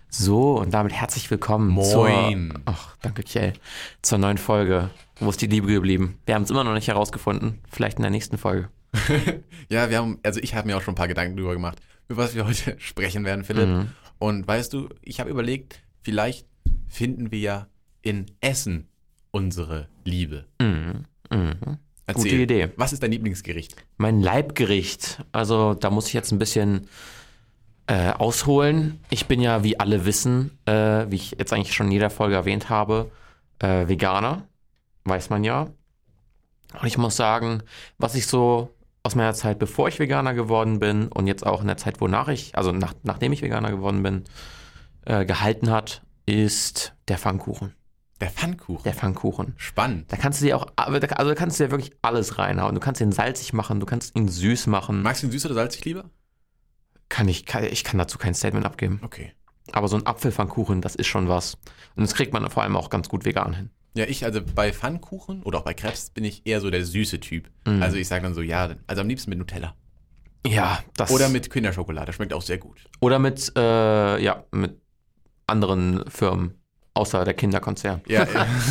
So, und damit herzlich willkommen Moin. Danke Kjell, zur neuen Folge. Wo ist die Liebe geblieben? Wir haben es immer noch nicht herausgefunden. Vielleicht in der nächsten Folge. Ja, ich habe mir auch schon ein paar Gedanken drüber gemacht, über was wir heute sprechen werden, Philipp. Und weißt du, ich habe überlegt, vielleicht finden wir ja in Essen unsere Liebe. Erzähl, Gute Idee. Was ist dein Lieblingsgericht? Mein Leibgericht. Also da muss ich jetzt ein bisschen ausholen. Ich bin ja, wie alle wissen, wie ich jetzt eigentlich schon in jeder Folge erwähnt habe, Veganer. Weiß man ja. Und ich muss sagen, was ich so aus meiner Zeit, bevor ich Veganer geworden bin und jetzt auch in der Zeit, nachdem ich Veganer geworden bin, gehalten hat, ist der Pfannkuchen. Der Pfannkuchen? Der Pfannkuchen. Spannend. Da kannst du dir wirklich alles reinhauen. Du kannst ihn salzig machen, du kannst ihn süß machen. Magst du ihn süß oder salzig lieber? Ich kann dazu kein Statement abgeben. Okay. Aber so ein Apfelpfannkuchen, das ist schon was. Und das kriegt man vor allem auch ganz gut vegan hin. Ja, also bei Pfannkuchen oder auch bei Crepes bin ich eher so der süße Typ. Also ich sage dann so, ja, also am liebsten mit Nutella. Ja, das. Oder mit Kinderschokolade, schmeckt auch sehr gut. Oder mit anderen Firmen, außer der Kinderkonzern. Ja.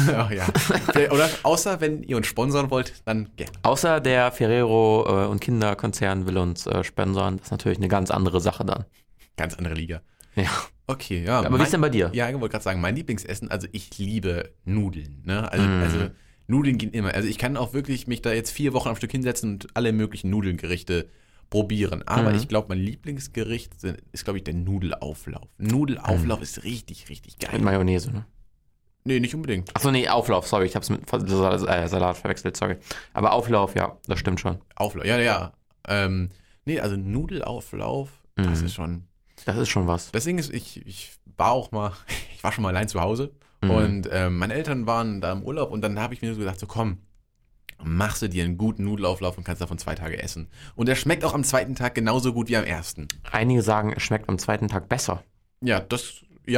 Oder außer, wenn ihr uns sponsern wollt, dann gerne. Außer der Ferrero und Kinderkonzern will uns sponsern. Das ist natürlich eine ganz andere Sache dann. Ganz andere Liga. Ja. Okay, ja. Aber wie ist denn bei dir? Ja, ich wollte gerade sagen, mein Lieblingsessen, also ich liebe Nudeln. Ne? Also Nudeln gehen immer. Also ich kann auch wirklich mich da jetzt 4 Wochen am Stück hinsetzen und alle möglichen Nudelgerichte probieren. Aber ich glaube, mein Lieblingsgericht ist, glaube ich, der Nudelauflauf. Nudelauflauf ist richtig, richtig geil. Mit Mayonnaise, ne? Nee, nicht unbedingt. Achso, nee, Auflauf, sorry, ich hab's mit Salat verwechselt, sorry. Aber Auflauf, ja, das stimmt schon. Auflauf, ja. Also Nudelauflauf, das ist schon... Das ist schon was. Deswegen ich war schon mal allein zu Hause und meine Eltern waren da im Urlaub und dann habe ich mir so gedacht, so komm, machst du dir einen guten Nudelauflauf und kannst davon 2 Tage essen. Und der schmeckt auch am 2. Tag genauso gut wie am 1. Einige sagen, es schmeckt am 2. Tag besser. Ja, das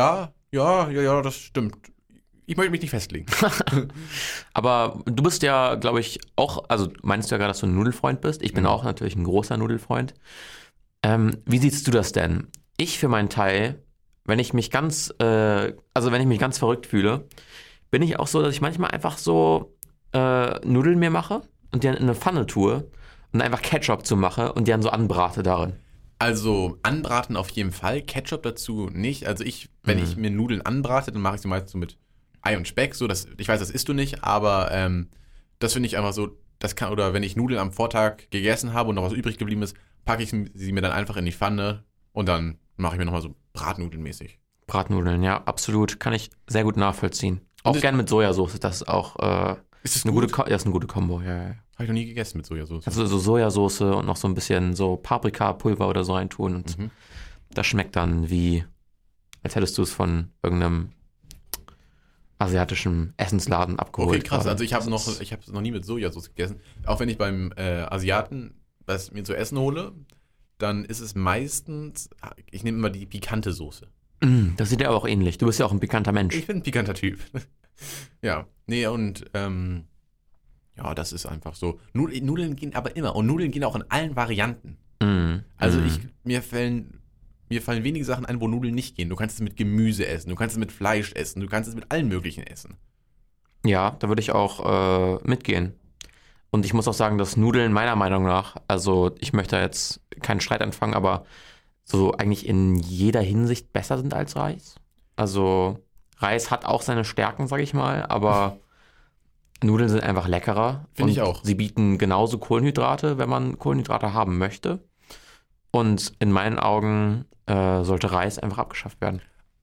stimmt. Ich möchte mich nicht festlegen. Aber du bist ja, glaube ich, auch, also meinst du ja gerade, dass du ein Nudelfreund bist. Ich bin auch natürlich ein großer Nudelfreund. Wie siehst du das denn? Ich für meinen Teil, wenn ich mich ganz verrückt fühle, bin ich auch so, dass ich manchmal einfach so Nudeln mir mache und die dann in eine Pfanne tue und einfach Ketchup zu mache und die dann so anbrate darin. Also anbraten auf jeden Fall, Ketchup dazu nicht. Also wenn ich mir Nudeln anbrate, dann mache ich sie meistens so mit Ei und Speck. So, ich weiß, das isst du nicht, aber das finde ich einfach so, oder wenn ich Nudeln am Vortag gegessen habe und noch was übrig geblieben ist, packe ich sie mir dann einfach in die Pfanne und dann mache ich mir nochmal so Bratnudelmäßig. Bratnudeln, ja, absolut. Kann ich sehr gut nachvollziehen. Auch gerne mit Sojasauce, das ist auch ist das eine gut? gute Kombo. Ja. Habe ich noch nie gegessen mit Sojasauce. Also so Sojasauce und noch so ein bisschen so Paprikapulver oder so reintun und das schmeckt dann wie, als hättest du es von irgendeinem asiatischen Essensladen abgeholt. Okay, krass. Also ich habe es noch nie mit Sojasauce gegessen. Auch wenn ich beim Asiaten was mir zu essen hole, dann ist es meistens, ich nehme immer die pikante Soße. Das sieht ja aber auch ähnlich. Du bist ja auch ein pikanter Mensch. Ich bin ein pikanter Typ. Ja, nee, und das ist einfach so. Nudeln gehen aber immer. Und Nudeln gehen auch in allen Varianten. Also mir fallen wenige Sachen ein, wo Nudeln nicht gehen. Du kannst es mit Gemüse essen, du kannst es mit Fleisch essen, du kannst es mit allen möglichen essen. Ja, da würde ich auch mitgehen. Und ich muss auch sagen, dass Nudeln meiner Meinung nach, also ich möchte jetzt keinen Streit anfangen, aber so eigentlich in jeder Hinsicht besser sind als Reis. Also Reis hat auch seine Stärken, sag ich mal, aber Nudeln sind einfach leckerer. Finde ich auch. Sie bieten genauso Kohlenhydrate, wenn man Kohlenhydrate haben möchte. Und in meinen Augen sollte Reis einfach abgeschafft werden.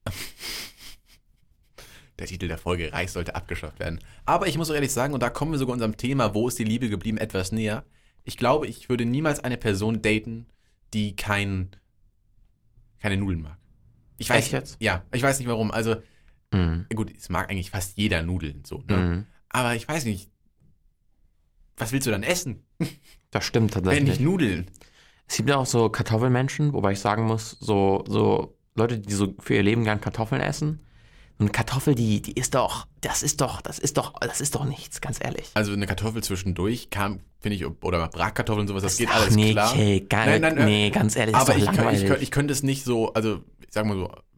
Der Titel der Folge, Reis sollte abgeschafft werden. Aber ich muss auch ehrlich sagen, und da kommen wir sogar unserem Thema, wo ist die Liebe geblieben, etwas näher. Ich glaube, ich würde niemals eine Person daten, die keine Nudeln mag. Echt jetzt? Ja, ich weiß nicht warum. Also, gut, es mag eigentlich fast jeder Nudeln so, ne? Aber ich weiß nicht, was willst du dann essen? Das stimmt tatsächlich. Wenn nicht Nudeln. Es gibt ja auch so Kartoffelmenschen, wobei ich sagen muss, so Leute, die so für ihr Leben gern Kartoffeln essen. Und eine Kartoffel, das ist doch nichts, ganz ehrlich. Also eine Kartoffel zwischendurch finde ich, oder Bratkartoffeln und sowas, das geht alles klar. Nee, ganz ehrlich, aber ist doch langweilig. ich könnte es nicht so, also ich sag mal so,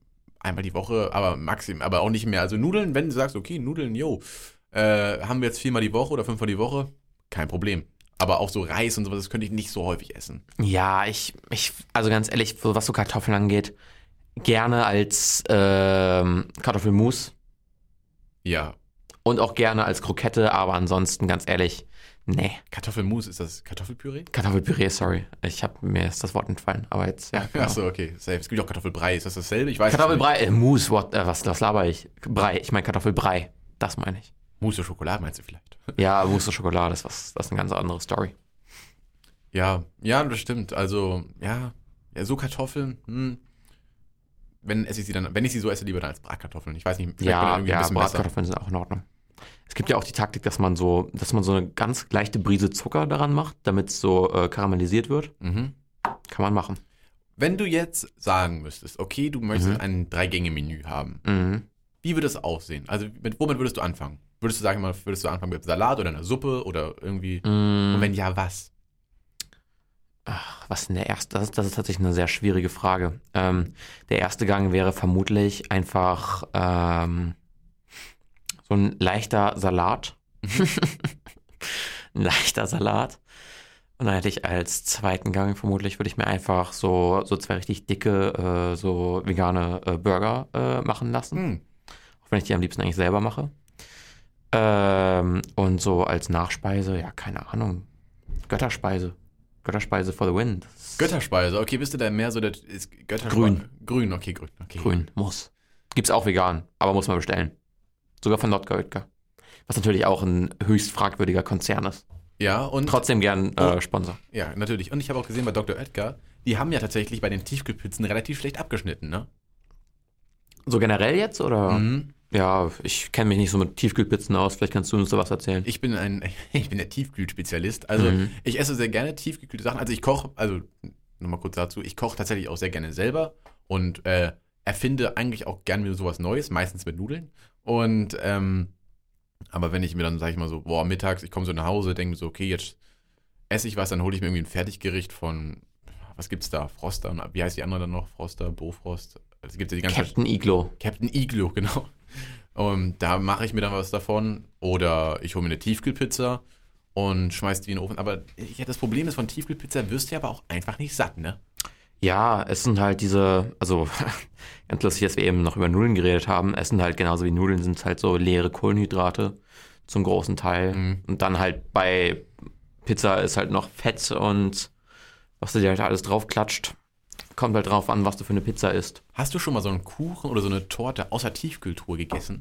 einmal die Woche, aber auch nicht mehr. Also Nudeln, wenn du sagst, okay, Nudeln, haben wir jetzt 4-mal die Woche oder 5-mal die Woche, kein Problem. Aber auch so Reis und sowas, das könnte ich nicht so häufig essen. Ja, also ganz ehrlich, was so Kartoffeln angeht, gerne als Kartoffelmus Ja. und auch gerne als Krokette, aber ansonsten ganz ehrlich, nee. Kartoffelmus, ist das Kartoffelpüree? Kartoffelpüree, sorry. Mir ist das Wort entfallen, aber jetzt, ja. Genau. Achso, okay. Safe. Es gibt auch Kartoffelbrei, ist das dasselbe? Ich weiß Kartoffelbrei, Mousse, was laber ich? Brei, ich meine Kartoffelbrei, das meine ich. Mousse de Schokolade meinst du vielleicht? Ja, Mousse de Schokolade, das ist eine ganz andere Story. Ja, das stimmt. Also, ja so Kartoffeln, wenn ich sie so esse, lieber dann als Bratkartoffeln. Ich weiß nicht, Ja, Bratkartoffeln sind auch in Ordnung. Es gibt ja auch die Taktik, dass man so eine ganz leichte Prise Zucker daran macht, damit es so karamellisiert wird. Mhm. Kann man machen. Wenn du jetzt sagen müsstest, okay, du möchtest ein 3-Gänge-Menü haben, wie würde es aussehen? Also womit würdest du anfangen? Würdest du anfangen mit Salat oder einer Suppe oder irgendwie? Und wenn ja, was? Ach, was denn der erste? Das ist tatsächlich eine sehr schwierige Frage. Der erste Gang wäre vermutlich einfach so ein leichter Salat. Ein leichter Salat. Und dann hätte ich als zweiten Gang vermutlich, würde ich mir einfach so 2 richtig dicke, so vegane Burger machen lassen. Auch wenn ich die am liebsten eigentlich selber mache. Und so als Nachspeise, ja, keine Ahnung. Götterspeise for the win. Götterspeise, okay, bist du da mehr so der Grün. Grün, okay. Grün, muss. Gibt's auch vegan, aber muss man bestellen. Sogar von Notker Oetker. Was natürlich auch ein höchst fragwürdiger Konzern ist. Ja, und trotzdem gern Sponsor. Ja, natürlich. Und ich habe auch gesehen bei Dr. Oetker, die haben ja tatsächlich bei den Tiefkühlpizzen relativ schlecht abgeschnitten, ne? So generell jetzt, oder? Ja, ich kenne mich nicht so mit Tiefkühlpizzen aus. Vielleicht kannst du uns da was erzählen. Ich bin der Tiefkühlspezialist. Also ich esse sehr gerne tiefgekühlte Sachen. Also ich koche, nochmal kurz dazu, ich koche tatsächlich auch sehr gerne selber und erfinde eigentlich auch gerne wieder sowas Neues, meistens mit Nudeln. Und aber wenn ich mir dann, sage ich mal so, mittags, ich komme so nach Hause, denke mir so, okay, jetzt esse ich was, dann hole ich mir irgendwie ein Fertiggericht von, was gibt's da? Froster, wie heißt die andere dann noch? Froster, Bofrost. Also gibt's ja die ganze Captain Iglo. Captain Iglo, genau. Und da mache ich mir dann was davon. Oder ich hole mir eine Tiefkühlpizza und schmeiß die in den Ofen. Aber das Problem ist, von Tiefkühlpizza wirst du ja aber auch einfach nicht satt, ne? Ja, es sind halt ganz lustig, dass wir eben noch über Nudeln geredet haben. Es sind halt genauso wie Nudeln, sind halt so leere Kohlenhydrate zum großen Teil. Und dann halt bei Pizza ist halt noch Fett und was du dir halt alles draufklatscht. Kommt halt drauf an, was du für eine Pizza isst. Hast du schon mal so einen Kuchen oder so eine Torte außer Tiefkühltruhe gegessen?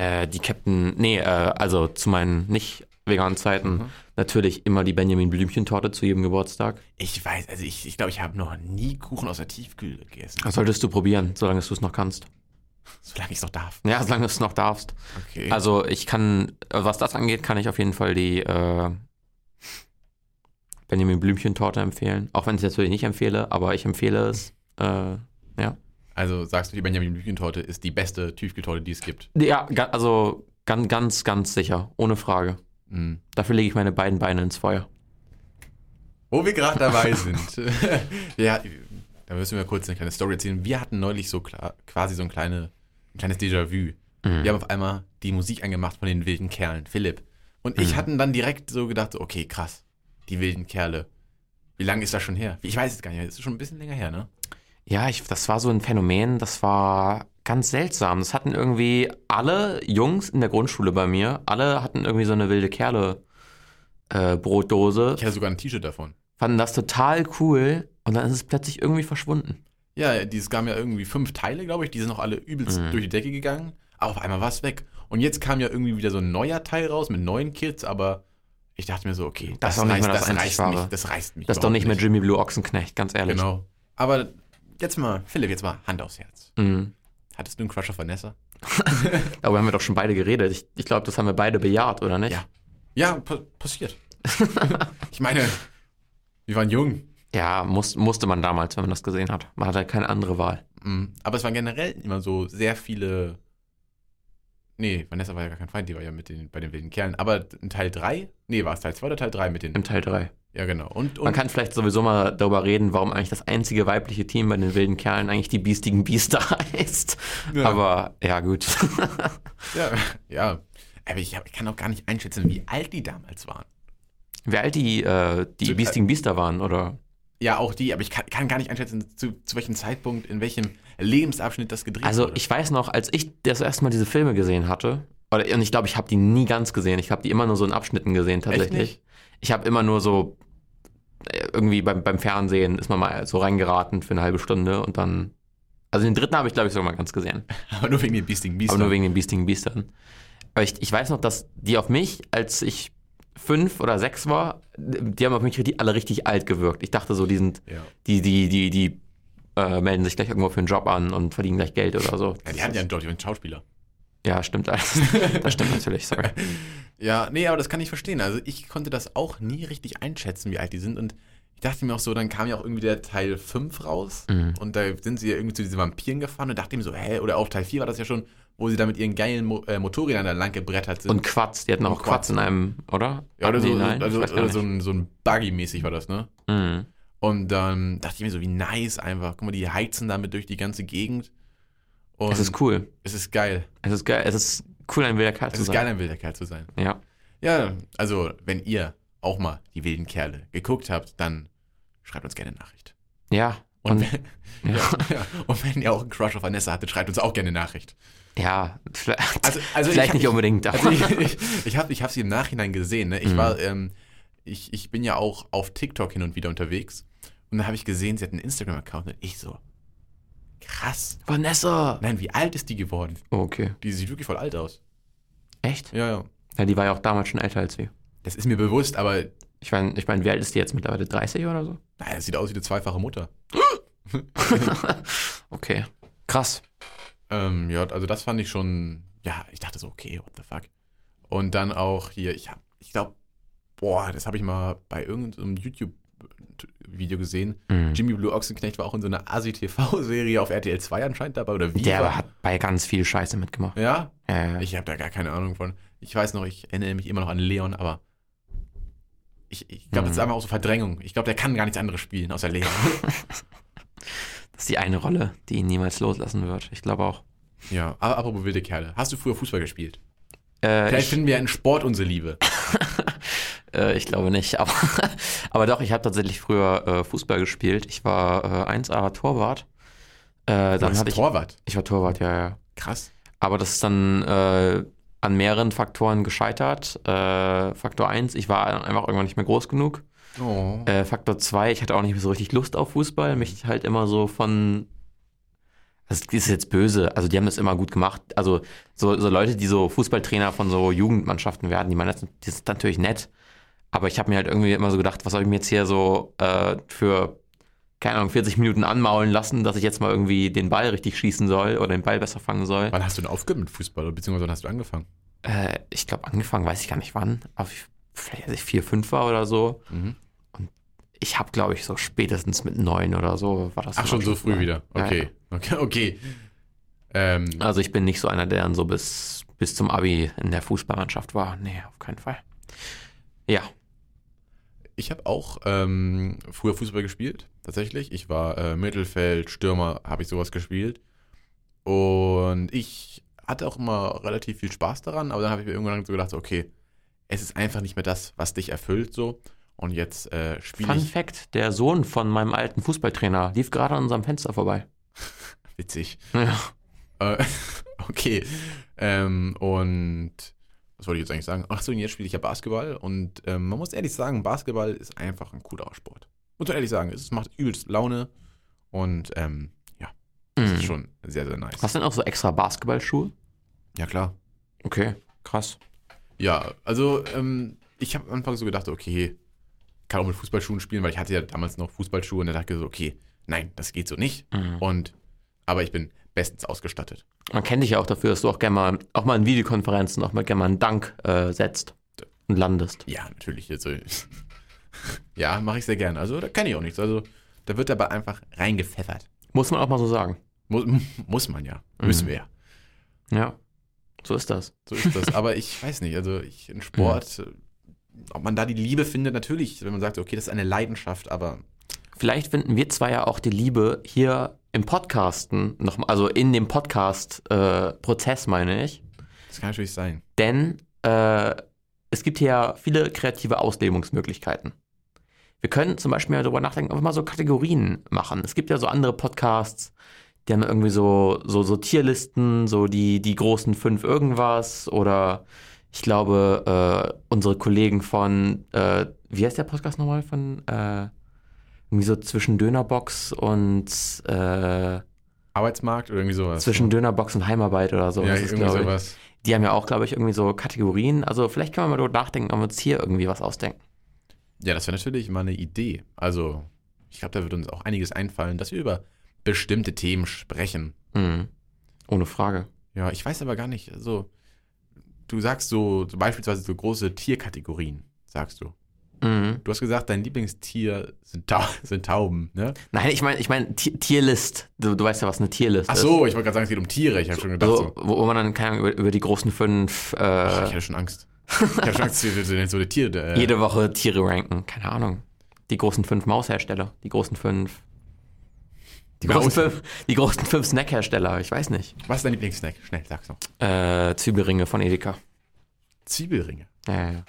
Also zu meinen nicht veganen Zeiten natürlich immer die Benjamin Blümchen-Torte zu jedem Geburtstag. Ich weiß, also ich glaube, ich habe noch nie Kuchen aus der Tiefkühl gegessen. Das solltest du probieren, solange du es noch kannst. Solange ich es noch darf. Ja, solange du es noch darfst. Okay. Also was das angeht, kann ich auf jeden Fall die Benjamin Blümchen-Torte empfehlen. Auch wenn ich es natürlich nicht empfehle, aber ich empfehle es. Ja. Also sagst du, die Benjamin Blümchen-Torte ist die beste Tiefkühltorte, die es gibt? Ja, also ganz, ganz sicher. Ohne Frage. Dafür lege ich meine beiden Beine ins Feuer. Wo wir gerade dabei sind. Ja, da müssen wir kurz eine kleine Story erzählen. Wir hatten neulich quasi so ein kleines Déjà-vu. Wir haben auf einmal die Musik angemacht von den wilden Kerlen, Philipp. Und ich hatten dann direkt so gedacht, okay, krass, die wilden Kerle. Wie lange ist das schon her? Ich weiß es gar nicht, das ist schon ein bisschen länger her, ne? Ja, das war so ein Phänomen, das war ganz seltsam. Das hatten irgendwie alle Jungs in der Grundschule bei mir, alle hatten irgendwie so eine wilde Kerle Brotdose. Ich hatte sogar ein T-Shirt davon. Fanden das total cool und dann ist es plötzlich irgendwie verschwunden. Ja, es gab ja irgendwie 5 Teile, glaube ich, die sind noch alle übelst durch die Decke gegangen, aber auf einmal war es weg. Und jetzt kam ja irgendwie wieder so ein neuer Teil raus mit neuen Kids, aber ich dachte mir so, okay, das reißt mich. Das ist doch nicht mehr Jimmy Blue Ochsenknecht, ganz ehrlich. Genau. Aber Philipp, jetzt mal Hand aufs Herz. Hattest du einen Crush auf Vanessa? Darüber haben wir doch schon beide geredet. Ich glaube, das haben wir beide bejaht, oder nicht? Ja, passiert. Ich meine, wir waren jung. Ja, musste man damals, wenn man das gesehen hat. Man hatte keine andere Wahl. Aber es waren generell immer so sehr viele. Nee, Vanessa war ja gar kein Feind, die war ja bei den wilden Kerlen. Aber in Teil 3, war es Teil 2 oder Teil 3 mit den. Im Teil 3. Ja, genau. Und Man kann vielleicht sowieso mal darüber reden, warum eigentlich das einzige weibliche Team bei den wilden Kerlen eigentlich die biestigen Biester heißt. Ja. Aber ja, gut. ja. Aber ich kann auch gar nicht einschätzen, wie alt die damals waren. Wie alt die biestigen Biester waren, oder? Ja, auch die, aber ich kann gar nicht einschätzen, zu welchem Zeitpunkt, in welchem Lebensabschnitt das gedreht wurde. Also ich weiß noch, als ich das erste Mal diese Filme gesehen hatte, und ich glaube, ich habe die nie ganz gesehen, ich habe die immer nur so in Abschnitten gesehen tatsächlich. Echt nicht? Ich habe immer nur so, irgendwie beim Fernsehen ist man mal so reingeraten für eine halbe Stunde und dann, also den dritten habe ich glaube ich sogar mal ganz gesehen. Aber nur wegen den biestigen Biestern. Aber nur wegen den biestigen Biestern. Aber ich weiß noch, dass die auf mich, als ich 5 oder 6 war, die haben auf mich alle richtig alt gewirkt. Ich dachte so, die sind, die melden sich gleich irgendwo für einen Job an und verdienen gleich Geld oder so. Ja, die hatten ja einen Job, die waren Schauspieler. Ja, stimmt alles. Das stimmt natürlich, sorry. Ja, nee, aber das kann ich verstehen. Also ich konnte das auch nie richtig einschätzen, wie alt die sind. Und ich dachte mir auch so, dann kam ja auch irgendwie der Teil 5 raus. Und da sind sie ja irgendwie zu diesen Vampiren gefahren und dachte mir so, oder auf Teil 4 war das ja schon, wo sie da mit ihren geilen Motorrädern da lang gebrettert sind. Und Quatsch, die hatten auch Quatsch in einem, oder? Ja, oder so, Nein? oder so ein Buggy-mäßig war das, ne? Mhm. Und dann dachte ich mir so, wie nice einfach. Guck mal, die heizen damit durch die ganze Gegend. Und Es ist cool. Es ist geil. Es ist geil. Es ist cool, ein wilder Kerl zu sein. Es ist geil, ein wilder Kerl zu sein. Ja. Ja, also wenn ihr auch mal die wilden Kerle geguckt habt, dann schreibt uns gerne eine Nachricht. Ja. Und wenn ihr auch einen Crush auf Vanessa hattet, schreibt uns auch gerne eine Nachricht. Ja, Also vielleicht nicht unbedingt. Also ich hab sie im Nachhinein gesehen. Ne? Ich bin ja auch auf TikTok hin und wieder unterwegs. Und dann habe ich gesehen, sie hat einen Instagram-Account. Und ich so, krass. Vanessa! Nein, wie alt ist die geworden? Oh, okay. Die sieht wirklich voll alt aus. Echt? Ja. Ja, die war ja auch damals schon älter als wir. Das ist mir bewusst, aber... Ich mein, wie alt ist die jetzt mittlerweile? 30 oder so? Naja, das sieht aus wie eine zweifache Mutter. Okay. Krass. Ja, also das fand ich schon... Ja, ich dachte so, okay, what the fuck. Und dann auch hier, ich glaube, das habe ich mal bei irgendeinem YouTube-Video gesehen. Jimmy Blue Ochsenknecht war auch in so einer ASI-TV-Serie auf RTL 2 anscheinend dabei, oder wie? Der hat bei ganz viel Scheiße mitgemacht. Ja? Ja. Ich habe da gar keine Ahnung von. Ich weiß noch, ich erinnere mich immer noch an Leon, aber ich glaube, das ist einfach auch so Verdrängung. Ich glaube, der kann gar nichts anderes spielen, außer Leon. Das ist die eine Rolle, die ihn niemals loslassen wird. Ich glaube auch. Ja, aber apropos wilde Kerle. Hast du früher Fußball gespielt? Vielleicht finden wir in Sport unsere Liebe. Ich glaube nicht. Aber doch, ich habe tatsächlich früher Fußball gespielt. Ich war 1A Torwart. Torwart? Ich war Torwart, ja. Krass. Aber das ist dann an mehreren Faktoren gescheitert. Faktor 1, ich war einfach irgendwann nicht mehr groß genug. Oh. Faktor 2, ich hatte auch nicht mehr so richtig Lust auf Fußball. Mich halt immer so von... Das ist jetzt böse, also die haben das immer gut gemacht. Also so Leute, die so Fußballtrainer von so Jugendmannschaften werden, die meinen, das ist natürlich nett. Aber ich habe mir halt irgendwie immer so gedacht, was soll ich mir jetzt hier so für, keine Ahnung, 40 Minuten anmaulen lassen, dass ich jetzt mal irgendwie den Ball richtig schießen soll oder den Ball besser fangen soll. Wann hast du denn aufgehört mit Fußball, beziehungsweise wann hast du angefangen? Ich glaube, angefangen weiß ich gar nicht wann, aber vielleicht als ich 4, 5 war oder so. Mhm. Und ich habe, glaube ich, so spätestens mit 9 oder so war das. Ach, schon so früh wieder. Okay. Ja. Okay. Also ich bin nicht so einer, der dann so bis zum Abi in der Fußballmannschaft war. Nee, auf keinen Fall. Ja. Ich habe auch früher Fußball gespielt, tatsächlich. Ich war Mittelfeld, Stürmer, habe ich sowas gespielt. Und ich hatte auch immer relativ viel Spaß daran, aber dann habe ich mir irgendwann so gedacht, okay, es ist einfach nicht mehr das, was dich erfüllt so. Und jetzt spiele ich... Fun Fact, der Sohn von meinem alten Fußballtrainer lief gerade an unserem Fenster vorbei. Witzig. Ja. Okay. Und was wollte ich jetzt eigentlich sagen? Ach so, und jetzt spiele ich ja Basketball. Und man muss ehrlich sagen, Basketball ist einfach ein cooler Sport. Muss man ehrlich sagen, es macht übelst Laune. Und das ist schon sehr, sehr nice. Hast du denn auch so extra Basketballschuhe? Ja, klar. Okay, krass. Ja, also ich habe am Anfang so gedacht, okay, kann auch mit Fußballschuhen spielen, weil ich hatte ja damals noch Fußballschuhe und da dachte ich so, okay, nein, das geht so nicht. Aber ich bin bestens ausgestattet. Man kennt dich ja auch dafür, dass du auch gerne mal in Videokonferenzen auch mal gerne mal einen Dank setzt und landest. Ja, natürlich. Also, ja, mache ich sehr gern. Also da kenne ich auch nichts. Also da wird aber einfach reingepfeffert. Muss man auch mal so sagen. Muss man ja. Müssen wir ja. Ja, so ist das. So ist das. Aber ich weiß nicht, also in Sport ob man da die Liebe findet, natürlich, wenn man sagt, okay, das ist eine Leidenschaft, aber... Vielleicht finden wir zwar ja auch die Liebe hier im Podcasten, also in dem Podcast-Prozess, meine ich. Das kann natürlich sein. Denn es gibt hier ja viele kreative Auslebungsmöglichkeiten. Wir können zum Beispiel darüber nachdenken, einfach mal so Kategorien machen. Es gibt ja so andere Podcasts, die haben irgendwie so Tierlisten, so die großen 5 irgendwas oder ich glaube, unsere Kollegen von, wie heißt der Podcast nochmal? Von, irgendwie so zwischen Dönerbox und Arbeitsmarkt oder irgendwie sowas. Zwischen Dönerbox und Heimarbeit oder so. Ja, irgendwie sowas. Die haben ja auch, glaube ich, irgendwie so Kategorien. Also vielleicht können wir mal darüber nachdenken, ob wir uns hier irgendwie was ausdenken. Ja, das wäre natürlich mal eine Idee. Also, ich glaube, da wird uns auch einiges einfallen, dass wir über bestimmte Themen sprechen. Mhm. Ohne Frage. Ja, ich weiß aber gar nicht, also, du sagst so beispielsweise so große Tierkategorien, sagst du. Mhm. Du hast gesagt, dein Lieblingstier sind Tauben, ne? Nein, ich meine Tierlist. Du weißt ja, was eine Tierlist ist. Ach so, ich wollte gerade sagen, es geht um Tiere. Ich habe schon gedacht so. Wo man dann, keine Ahnung, über die großen 5... Ich hatte schon Angst. Ich habe schon Angst, so die Tiere... jede Woche Tiere ranken. Keine Ahnung. Die großen 5 Maushersteller. Die großen 5... Die großen 5 Snackhersteller. Ich weiß nicht. Was ist dein Lieblingssnack? Schnell, sag's noch. Zwiebelringe von Edeka. Zwiebelringe? Ja.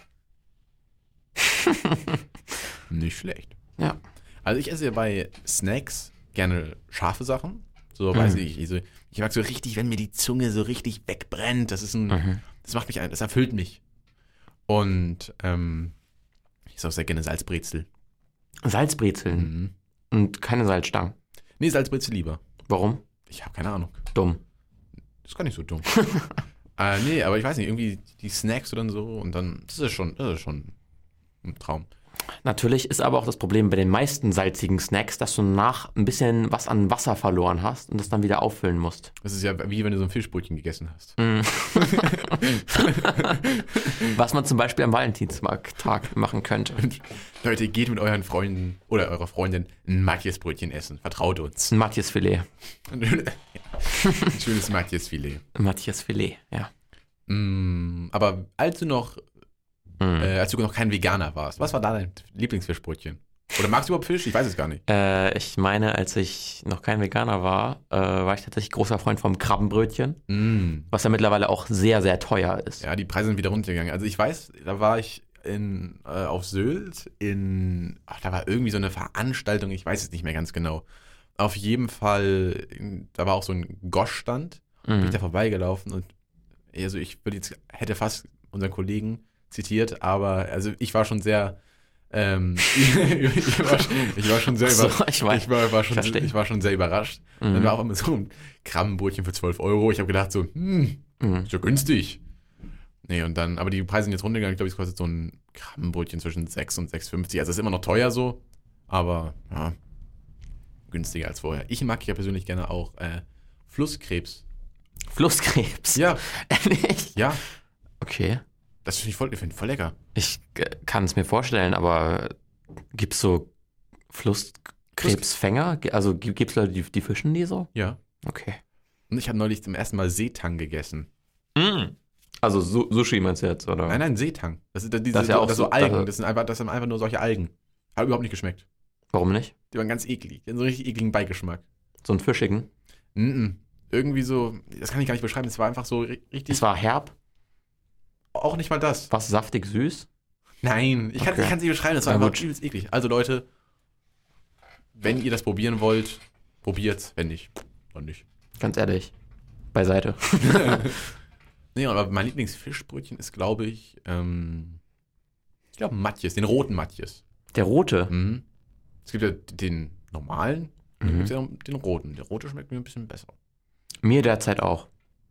Nicht schlecht. Ja. Also ich esse ja bei Snacks gerne scharfe Sachen. So, weiß ich. Ich mag so richtig, wenn mir die Zunge so richtig wegbrennt. Das ist das macht mich das erfüllt mich. Und ich esse auch sehr gerne Salzbrezel. Salzbrezeln? Mhm. Und keine Salzstangen? Nee, Salzbrezel lieber. Warum? Ich habe keine Ahnung. Dumm. Das ist gar nicht so dumm. Nee, aber ich weiß nicht, irgendwie die Snacks oder so und dann, das ist schon ein Traum. Natürlich ist aber auch das Problem bei den meisten salzigen Snacks, dass du nach ein bisschen was an Wasser verloren hast und das dann wieder auffüllen musst. Das ist ja wie wenn du so ein Fischbrötchen gegessen hast. Was man zum Beispiel am Valentinstag machen könnte. Und Leute, geht mit euren Freunden oder eurer Freundin ein Matjesbrötchen essen. Vertraut uns. Ein Matjesfilet. Ein schönes Matjesfilet. Matjesfilet, ja. Aber als du noch kein Veganer warst, was war da dein Lieblingsfischbrötchen? Oder magst du überhaupt Fisch? Ich weiß es gar nicht. Ich meine, als ich noch kein Veganer war, war ich tatsächlich großer Freund vom Krabbenbrötchen, was ja mittlerweile auch sehr, sehr teuer ist. Ja, die Preise sind wieder runtergegangen. Also ich weiß, da war ich auf Sylt da war irgendwie so eine Veranstaltung, ich weiß es nicht mehr ganz genau. Auf jeden Fall, da war auch so ein Gosch-Stand, bin ich da vorbeigelaufen und also hätte fast unseren Kollegen zitiert, aber also ich war schon sehr ich war schon sehr überrascht. Dann war auch immer so ein Krabbenbrötchen für 12 €. Ich habe gedacht so, ist ja günstig. Nee, und dann, aber die Preise sind jetzt runtergegangen. Ich glaube, es kostet so ein Krabbenbrötchen zwischen 6 und 6,50. Also ist immer noch teuer so, aber ja, günstiger als vorher. Ich mag ja persönlich gerne auch Flusskrebs. Flusskrebs? Ja. Ehrlich? Ja. Okay. Das finde ich voll lecker. Ich kann es mir vorstellen, aber gibt es so Flusskrebsfänger? Also gibt es Leute, die fischen die so? Ja. Okay. Und ich habe neulich zum ersten Mal Seetang gegessen. Also Sushi meinst du jetzt, oder? Nein, Seetang. Das sind so Algen. Das sind einfach nur solche Algen. Hat überhaupt nicht geschmeckt. Warum nicht? Die waren ganz eklig. Die haben so einen richtig ekligen Beigeschmack. So einen fischigen? Irgendwie so, das kann ich gar nicht beschreiben. Es war einfach so richtig. Es war herb? Auch nicht mal das. Was saftig süß? Nein, ich kann es nicht beschreiben. Das war einfach übelst eklig. Also Leute, wenn ihr das probieren wollt, probiert's. Wenn nicht, dann nicht. Ganz ehrlich. Beiseite. Nee, aber mein Lieblingsfischbrötchen ist, glaube ich Matjes, den roten Matjes. Der rote? Es gibt ja den normalen, dann gibt es ja den roten. Der rote schmeckt mir ein bisschen besser. Mir derzeit auch.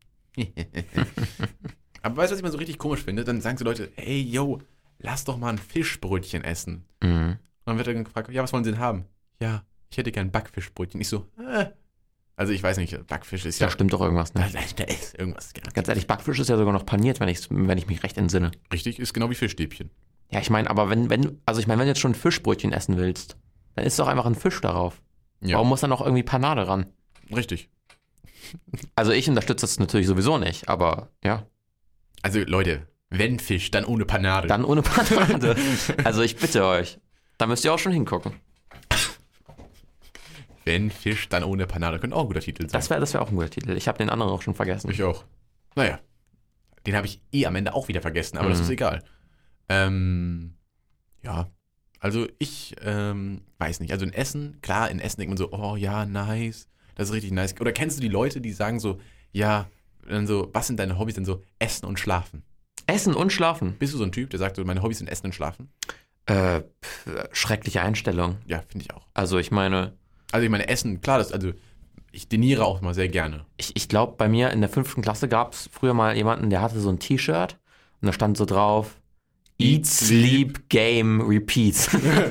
Aber weißt du, was ich mal so richtig komisch finde? Dann sagen so Leute, hey, yo, lass doch mal ein Fischbrötchen essen. Und dann wird dann gefragt, ja, was wollen sie denn haben? Ja, ich hätte gern Backfischbrötchen. Ich so, Also ich weiß nicht, Backfisch ist ja... Da stimmt doch irgendwas, ne? Da ist irgendwas. Ganz ehrlich, Backfisch ist ja sogar noch paniert, wenn ich mich recht entsinne. Richtig, ist genau wie Fischstäbchen. Ja, ich meine, aber wenn du jetzt schon ein Fischbrötchen essen willst, dann ist doch einfach ein Fisch darauf. Ja. Warum muss da noch irgendwie Panade ran? Richtig. Also ich unterstütze das natürlich sowieso nicht, aber ja. Also Leute, Wenn Fisch, dann ohne Panade. Dann ohne Panade. Also ich bitte euch. Da müsst ihr auch schon hingucken. Wenn Fisch, dann ohne Panade. Könnte auch ein guter Titel sein. Das wär auch ein guter Titel. Ich habe den anderen auch schon vergessen. Ich auch. Naja. Den habe ich am Ende auch wieder vergessen, aber das ist egal. Ja. Also ich weiß nicht. Also in Essen, klar, in Essen denkt man so, oh ja, nice. Das ist richtig nice. Oder kennst du die Leute, die sagen so, ja, dann so, was sind deine Hobbys? Dann so, Essen und Schlafen. Essen und Schlafen? Bist du so ein Typ, der sagt so, meine Hobbys sind Essen und Schlafen? Schreckliche Einstellung. Ja, finde ich auch. Also ich meine, Essen, klar, ich diniere auch mal sehr gerne. ich glaube, bei mir in der 5. Klasse gab es früher mal jemanden, der hatte so ein T-Shirt und da stand so drauf, Eat, Sleep, Game, Repeat.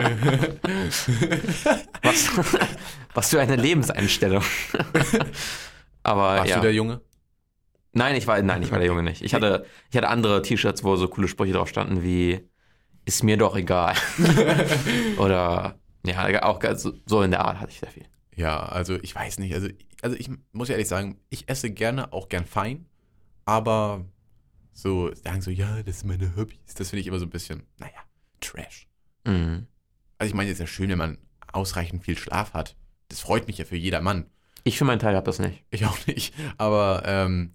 Was für eine Lebenseinstellung. Aber Warst du der Junge? Nein, ich war der Junge nicht. Ich hatte andere T-Shirts, wo so coole Sprüche drauf standen wie ist mir doch egal. Oder ja, auch so in der Art hatte ich sehr viel. Ja, also ich weiß nicht. Also ich muss ja ehrlich sagen, ich esse gerne, auch gern fein, aber so sagen so, ja, das sind meine Hobbys. Das finde ich immer so ein bisschen, naja, Trash. Mhm. Also ich meine, es ist ja schön, wenn man ausreichend viel Schlaf hat. Das freut mich ja für jeder Mann. Ich für meinen Teil habe das nicht. Ich auch nicht. Aber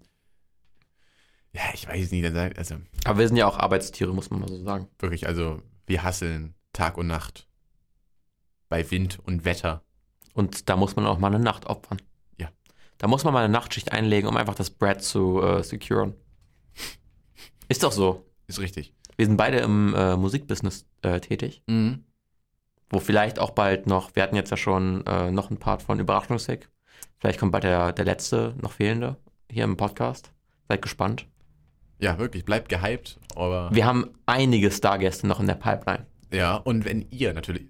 ja, ich weiß nicht. Also Aber wir sind ja auch Arbeitstiere, muss man mal so sagen. wirklich, also wir hasseln Tag und Nacht bei Wind und Wetter. Und da muss man auch mal eine Nacht opfern. Ja. Da muss man mal eine Nachtschicht einlegen, um einfach das Bread zu securen. Ist doch so. Ist richtig. Wir sind beide im Musikbusiness tätig. Mhm. Wo vielleicht auch bald noch, wir hatten jetzt ja schon noch einen Part von Überraschungssick. Vielleicht kommt bald der letzte, noch fehlende, hier im Podcast. Seid gespannt. Ja, wirklich, bleibt gehypt, aber... Wir haben einige Stargäste noch in der Pipeline. Ja, und wenn ihr natürlich...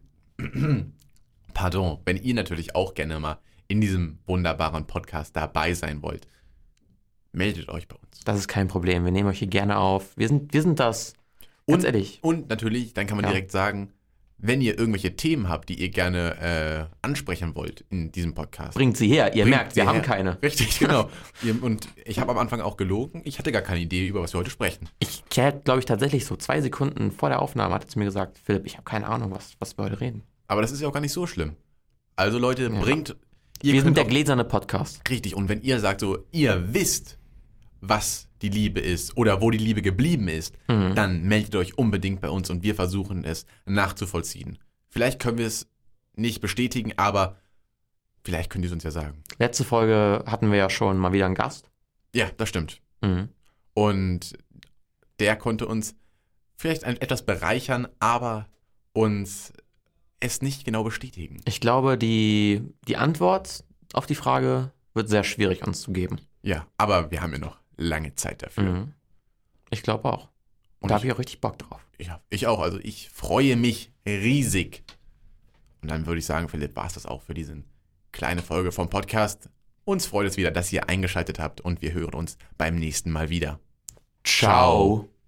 wenn ihr natürlich auch gerne mal in diesem wunderbaren Podcast dabei sein wollt, meldet euch bei uns. Das ist kein Problem. Wir nehmen euch hier gerne auf. Wir sind das, ganz ehrlich. Und natürlich, dann kann man direkt sagen, wenn ihr irgendwelche Themen habt, die ihr gerne ansprechen wollt in diesem Podcast. Bringt sie her. Ihr merkt, wir haben keine. Richtig, genau. Und ich habe am Anfang auch gelogen. Ich hatte gar keine Idee, über was wir heute sprechen. Ich hätte, glaube ich, tatsächlich so 2 Sekunden vor der Aufnahme hat er zu mir gesagt, Philipp, ich habe keine Ahnung, was wir heute reden. Aber das ist ja auch gar nicht so schlimm. Also Leute, bringt... Wir sind der gläserne Podcast. Richtig. Und wenn ihr sagt so, ihr wisst, was die Liebe ist oder wo die Liebe geblieben ist, dann meldet euch unbedingt bei uns und wir versuchen es nachzuvollziehen. Vielleicht können wir es nicht bestätigen, aber vielleicht könnt ihr es uns ja sagen. Letzte Folge hatten wir ja schon mal wieder einen Gast. Ja, das stimmt. Mhm. Und der konnte uns vielleicht etwas bereichern, aber uns es nicht genau bestätigen. Ich glaube, die Antwort auf die Frage wird sehr schwierig uns zu geben. Ja, aber wir haben ja noch lange Zeit dafür. Mhm. Ich glaube auch. Und da habe ich auch richtig Bock drauf. Ja, ich auch. Also ich freue mich riesig. Und dann würde ich sagen, Philipp, war es das auch für diese kleine Folge vom Podcast. Uns freut es wieder, dass ihr eingeschaltet habt und wir hören uns beim nächsten Mal wieder. Ciao.